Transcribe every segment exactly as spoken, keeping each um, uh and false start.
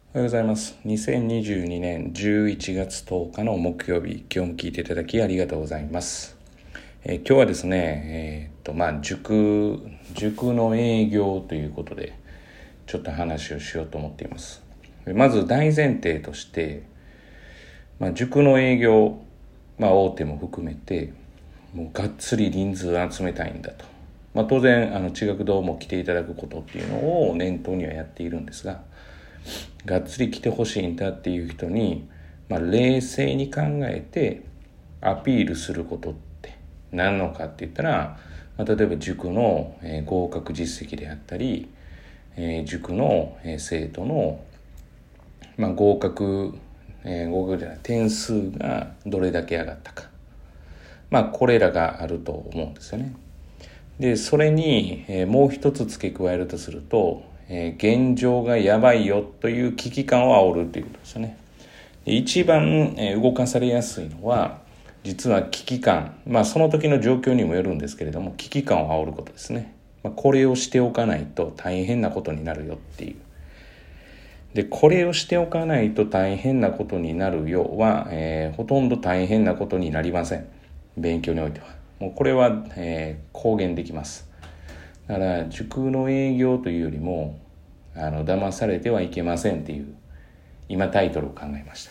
おはようございます。にせんにじゅうにねんじゅういちがつとおかの木曜日、今日も聞いていただきありがとうございます。えー、今日はですね、えー、っとまあ塾塾の営業ということでちょっと話をしようと思っています。まず大前提として、まあ、塾の営業、まあ、大手も含めてもうがっつり人数集めたいんだと。まあ、当然あの地学堂も来ていただくことっていうのを念頭にはやっているんですが、がっつり来てほしいんだっていう人に、まあ、冷静に考えてアピールすることって何のかって言ったら、まあ、例えば塾の、えー、合格実績であったり、えー、塾の、えー、生徒の、まあ、合格、えー、合格じゃない点数がどれだけ上がったか、まあこれらがあると思うんですよね。でそれに、えー、もう一つ付け加えるとすると、えー、現状がやばいよという危機感を煽るということですよね。で一番、えー、動かされやすいのは実は危機感、まあその時の状況にもよるんですけれども、危機感を煽ることですね。まあ、これをしておかないと大変なことになるよっていう。でこれをしておかないと大変なことになるよは、えー、ほとんど大変なことになりません。勉強においてはもうこれは、えー、公言できます。だから塾の営業というよりもあの騙されてはいけませんっていう今タイトルを考えました。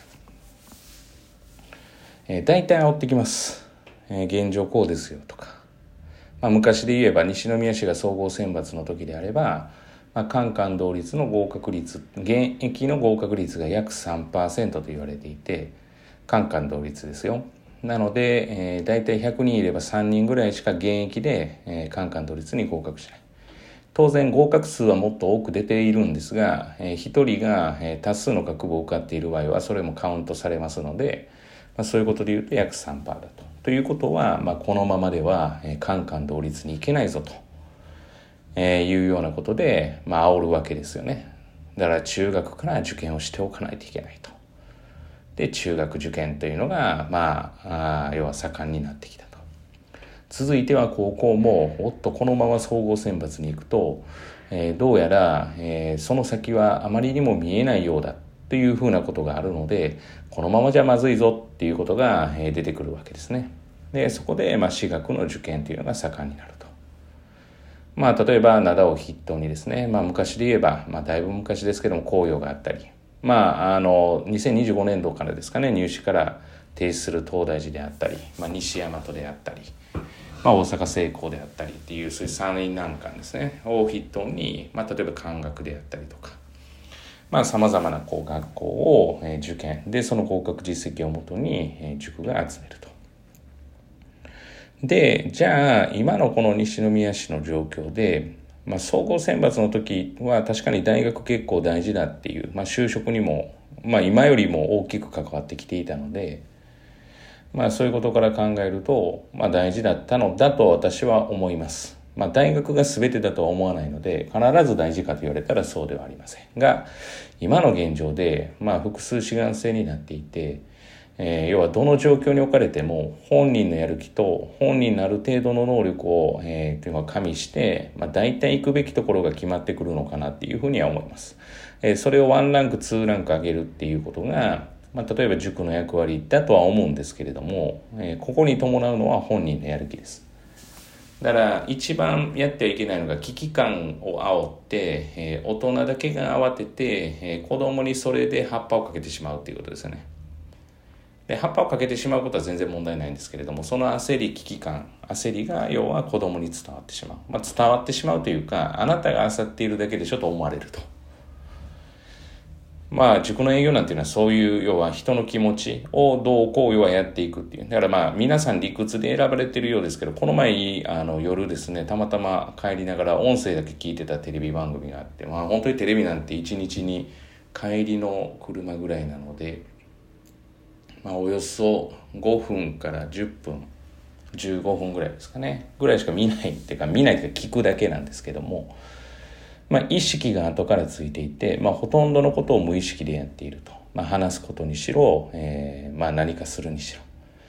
えー、大体煽ってきます。えー、現状こうですよとか、まあ、昔で言えば西宮市が総合選抜の時であれば、まあ、カンカン同率の合格率、現役の合格率が約 さんパーセント と言われていて、カンカン同率ですよ。なので、えー、大体ひゃくにんいればさんにんぐらいしか現役で、えー、カンカン同率に合格しない。当然合格数はもっと多く出ているんですが、えー、ひとりが、えー、多数の学部を受かっている場合はそれもカウントされますので、まあ、そういうことで言うと約 さんパーセント だと。ということは、まあ、このままでは、えー、カンカン同率にいけないぞと、えー、いうようなことで、まあ煽るわけですよね。だから中学から受験をしておかないといけないと。で中学受験というのがまあ、あ要は盛んになってきたと。続いては高校もおっとこのまま総合選抜に行くと、えー、どうやら、えー、その先はあまりにも見えないようだというふうなことがあるので、このままじゃまずいぞっていうことが、えー、出てくるわけですね。でそこで、まあ、私学の受験というのが盛んになると。まあ例えば灘を筆頭にですね、まあ昔で言えば、まあだいぶ昔ですけども紅葉があったり、まあ、あのにせんにじゅうごねんどからですかね、入試から提出する東大寺であったり、まあ、西大和であったり、まあ、大阪製鋼であったりっていうそういう三院難関ですねを筆頭に、まあ、例えば漢学であったりとかさまざ、まなこう学校を、えー、受験でその合格実績をもとに、えー、塾が集めると。でじゃあ今のこの西宮市の状況で、まあ、総合選抜の時は確かに大学結構大事だっていう、まあ、就職にも、まあ、今よりも大きく関わってきていたので、まあ、そういうことから考えると、まあ、大事だったのだと私は思います。まあ、大学が全てだとは思わないので必ず大事かと言われたらそうではありませんが、今の現状で、まあ、複数志願制になっていて、えー、要はどの状況に置かれても本人のやる気と本人のある程度の能力を、えー、加味して、まあ、大体行くべきところが決まってくるのかなっていうふうには思います。えー、それをワンランクツーランク上げるっていうことが、まあ、例えば塾の役割だとは思うんですけれども、えー、ここに伴うのは本人のやる気です。だから一番やってはいけないのが危機感を煽って、えー、大人だけが慌てて、えー、子供にそれで葉っぱをかけてしまうっていうことですよね。で葉っぱをかけてしまうことは全然問題ないんですけれども、その焦り危機感焦りが要は子供に伝わってしまう、まあ、伝わってしまうというか、あなたが焦っているだけでしょと思われると。まあ塾の営業なんていうのはそういう要は人の気持ちをどうこう要はやっていくっていう。だからまあ皆さん理屈で選ばれているようですけど、この前あの夜ですね、たまたま帰りながら音声だけ聞いてたテレビ番組があって、まあ本当にテレビなんて一日に帰りの車ぐらいなので、まあ、およそごふんからじゅっぷんじゅうごふんぐらいですかねぐらいしか見ないっていうか見ないというか聞くだけなんですけども、まあ、意識が後からついていて、まあ、ほとんどのことを無意識でやっていると、まあ、話すことにしろ、えーまあ、何かするにしろ、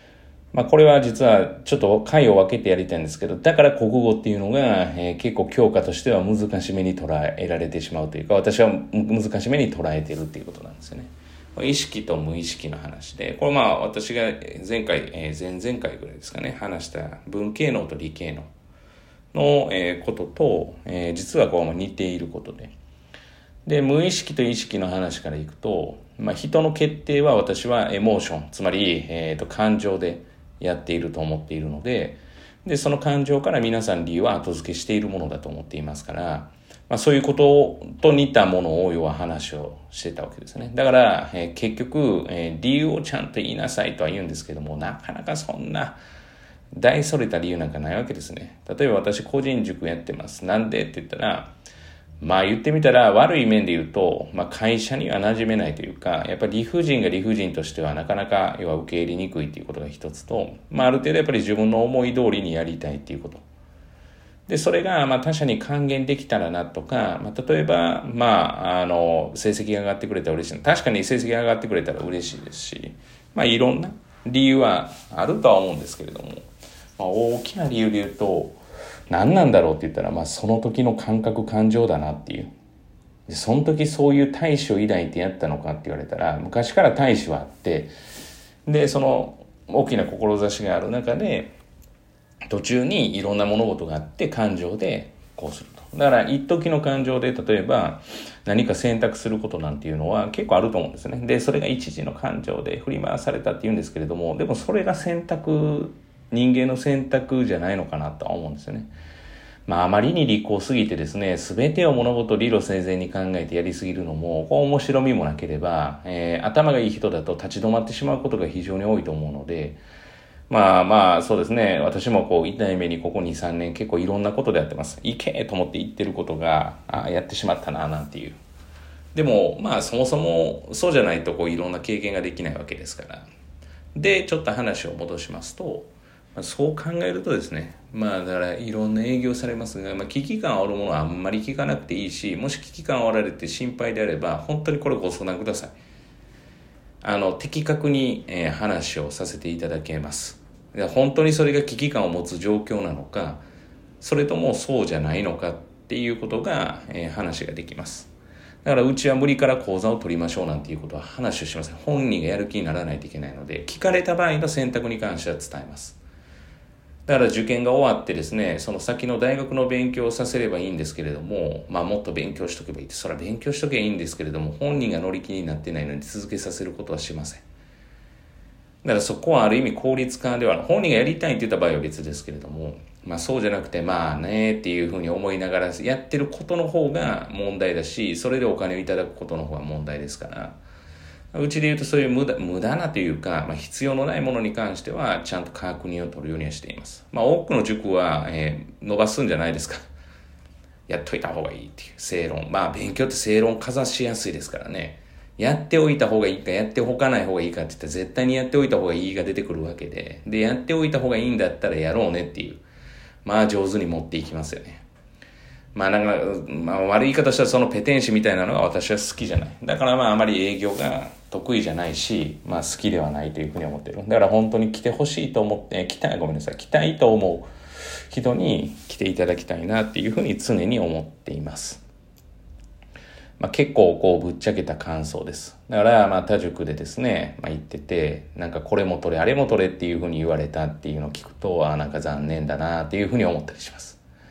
まあこれは実はちょっと回を分けてやりたいんですけど、だから国語っていうのが、えー、結構教科としては難しめに捉えられてしまうというか、私は難しめに捉えてるっていうことなんですよね。意識と無意識の話で、これまあ私が前回、えー、前々回ぐらいですかね、話した文系能と理系能の、えー、ことと、えー、実はこう似ていることで、で無意識と意識の話からいくと、まあ、人の決定は私はエモーション、つまり、えー、と感情でやっていると思っているので、でその感情から皆さん理由は後付けしているものだと思っていますから、まあ、そういうことと似たものを要は話をしてたわけですね。だから、えー、結局、えー、理由をちゃんと言いなさいとは言うんですけども、なかなかそんな大それた理由なんかないわけですね。例えば私個人塾やってます。なんでって言ったら、まあ言ってみたら悪い面で言うと、まあ会社には馴染めないというか、やっぱり理不尽が理不尽としてはなかなか要は受け入れにくいということが一つと、まあある程度やっぱり自分の思い通りにやりたいっていうこと。で、それがまあ他者に還元できたらなとか、まあ例えば、まああの、成績が上がってくれたら嬉しい。確かに成績が上がってくれたら嬉しいですし、まあいろんな理由はあるとは思うんですけれども、まあ大きな理由で言うと、何なんだろうって言ったら、まあその時の感覚感情だなっていう。でその時そういう大志を抱いてやったのかって言われたら、昔から大志はあって、で、その大きな志がある中で、途中にいろんな物事があって感情でこうすると。だから一時の感情で例えば何か選択することなんていうのは結構あると思うんですね。で、それが一時の感情で振り回されたって言うんですけれども、でもそれが選択、人間の選択じゃないのかなとは思うんですよね。まああまりに利口すぎてですね、すべてを物事を理路整然に考えてやりすぎるのも、こう面白みもなければ、えー、頭がいい人だと立ち止まってしまうことが非常に多いと思うので、まあまあそうですね、私もこう痛い目にここに、さんねん結構いろんなことでやってます。いけと思って言ってることが、あやってしまったななんていう。でもまあそもそもそうじゃないとこういろんな経験ができないわけですから。で、ちょっと話を戻しますと、そう考えるとですね、まあだからいろんな営業されますが、まあ、危機感を煽るものはあんまり聞かなくていいし、もし危機感を煽られて心配であれば本当にこれご相談ください。あの的確に、えー、話をさせていただけます。本当にそれが危機感を持つ状況なのか、それともそうじゃないのかっていうことが、えー、話ができます。だからうちは無理から講座を取りましょうなんていうことは話をしません。本人がやる気にならないといけないので、聞かれた場合の選択に関しては伝えます。だから受験が終わってですね、その先の大学の勉強をさせればいいんですけれども、まあもっと勉強しとけばいいって、それは勉強しとけばいいんですけれども、本人が乗り気になってないのに続けさせることはしません。だからそこはある意味効率化では、本人がやりたいって言った場合は別ですけれども、まあそうじゃなくて、まあねっていうふうに思いながらやってることの方が問題だし、それでお金をいただくことの方が問題ですから、うちで言うとそういう無駄、無駄なというか、まあ、必要のないものに関してはちゃんと確認を取るようにはしています。まあ多くの塾は、えー、伸ばすんじゃないですか。やっといた方がいいっていう正論。まあ勉強って正論かざしやすいですからね。やっておいた方がいいか、やっておかない方がいいかって言ったら絶対にやっておいた方がいいが出てくるわけで、で、やっておいた方がいいんだったらやろうねっていう、まあ上手に持っていきますよね。まあなんか、まあ悪い言い方したらそのペテン師みたいなのが私は好きじゃない。だからまああまり営業が得意じゃないし、まあ好きではないというふうに思ってる。だから本当に来てほしいと思って、来たい、ごめんなさい、来たいと思う人に来ていただきたいなっていうふうに常に思っています。まあ結構こうぶっちゃけた感想です。だからまあ他塾でですね、まあ行ってて、なんかこれも取れ、あれも取れっていうふうに言われたっていうのを聞くと、あなんか残念だなっていうふうに思ったりします。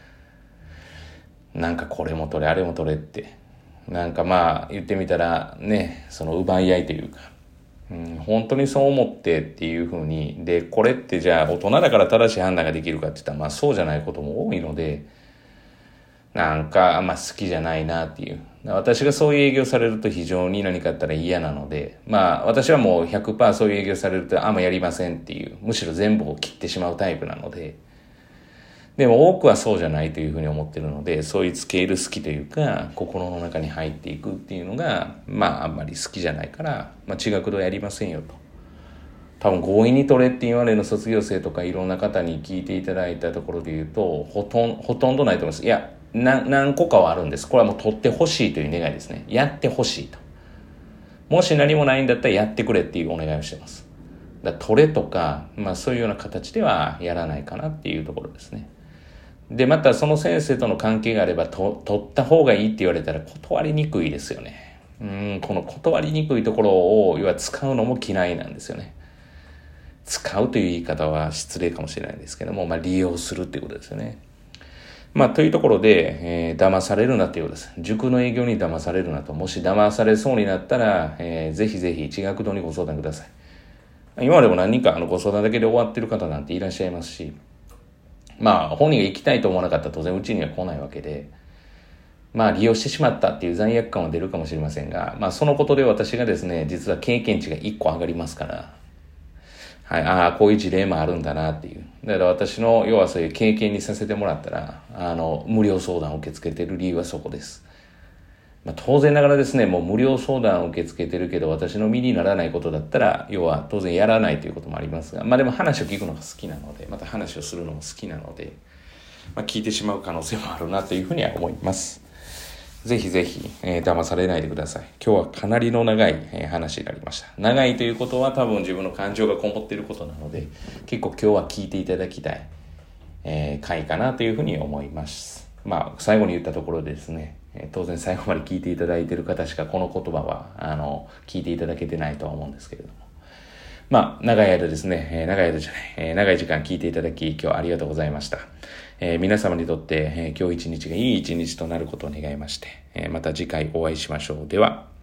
なんかこれも取れあれも取れってなんかまあ言ってみたらね、その奪い合いというか、うん、本当にそう思ってっていうふうにで、これってじゃあ大人だから正しい判断ができるかって言ったらまあそうじゃないことも多いので、なんかあんま好きじゃないなっていう、私がそういう営業されると非常に何かあったら嫌なので、まあ私はもう ひゃくパーセント そういう営業されるとあんまやりませんっていう、むしろ全部を切ってしまうタイプなので、でも多くはそうじゃないというふうに思ってるので、そういうつけ入る好きというか心の中に入っていくっていうのがまああんまり好きじゃないから、まあ、地学堂やりませんよと。多分強引に取れって言われる卒業生とかいろんな方に聞いていただいたところで言うとほとんほとんどないと思います。いやな何個かはあるんです。これはもう取ってほしいという願いですね。やってほしいと。もし何もないんだったらやってくれっていうお願いをしてます。 だ取れとか、まあそういうような形ではやらないかなっていうところですね。で、またその先生との関係があれば、と、取った方がいいって言われたら断りにくいですよね。うん、この断りにくいところを、要は使うのも嫌いなんですよね。使うという言い方は失礼かもしれないですけども、まあ利用するっていうことですよね。まあというところで、えー、騙されるなっていうことです。塾の営業に騙されるなと。もし騙されそうになったら、えー、ぜひぜひ地学堂にご相談ください。今までも何人かあのご相談だけで終わってる方なんていらっしゃいますし、まあ本人が行きたいと思わなかったら当然うちには来ないわけで、まあ利用してしまったっていう罪悪感は出るかもしれませんが、まあそのことで私がですね、実は経験値がいっこ上がりますから、はい、ああ、こういう事例もあるんだなっていう。だから私の要はそういう経験にさせてもらったら、あの、無料相談を受け付けている理由はそこです。まあ、当然ながらですね、もう無料相談を受け付けてるけど、私の身にならないことだったら、要は当然やらないということもありますが、まあでも話を聞くのが好きなので、また話をするのも好きなので、まあ聞いてしまう可能性もあるなというふうには思います。ぜひぜひ、えー、騙されないでください。今日はかなりの長い、えー、話になりました。長いということは多分自分の感情がこもっていることなので、結構今日は聞いていただきたい、えー、回かなというふうに思います。まあ、最後に言ったところでですね、当然最後まで聞いていただいている方しかこの言葉はあの聞いていただけてないとは思うんですけれども、まあ長い間ですね、えー、長い間じゃない、えー、長い時間聞いていただき今日はありがとうございました。えー、皆様にとって、えー、今日一日がいい一日となることを願いまして、えー、また次回お会いしましょう。では。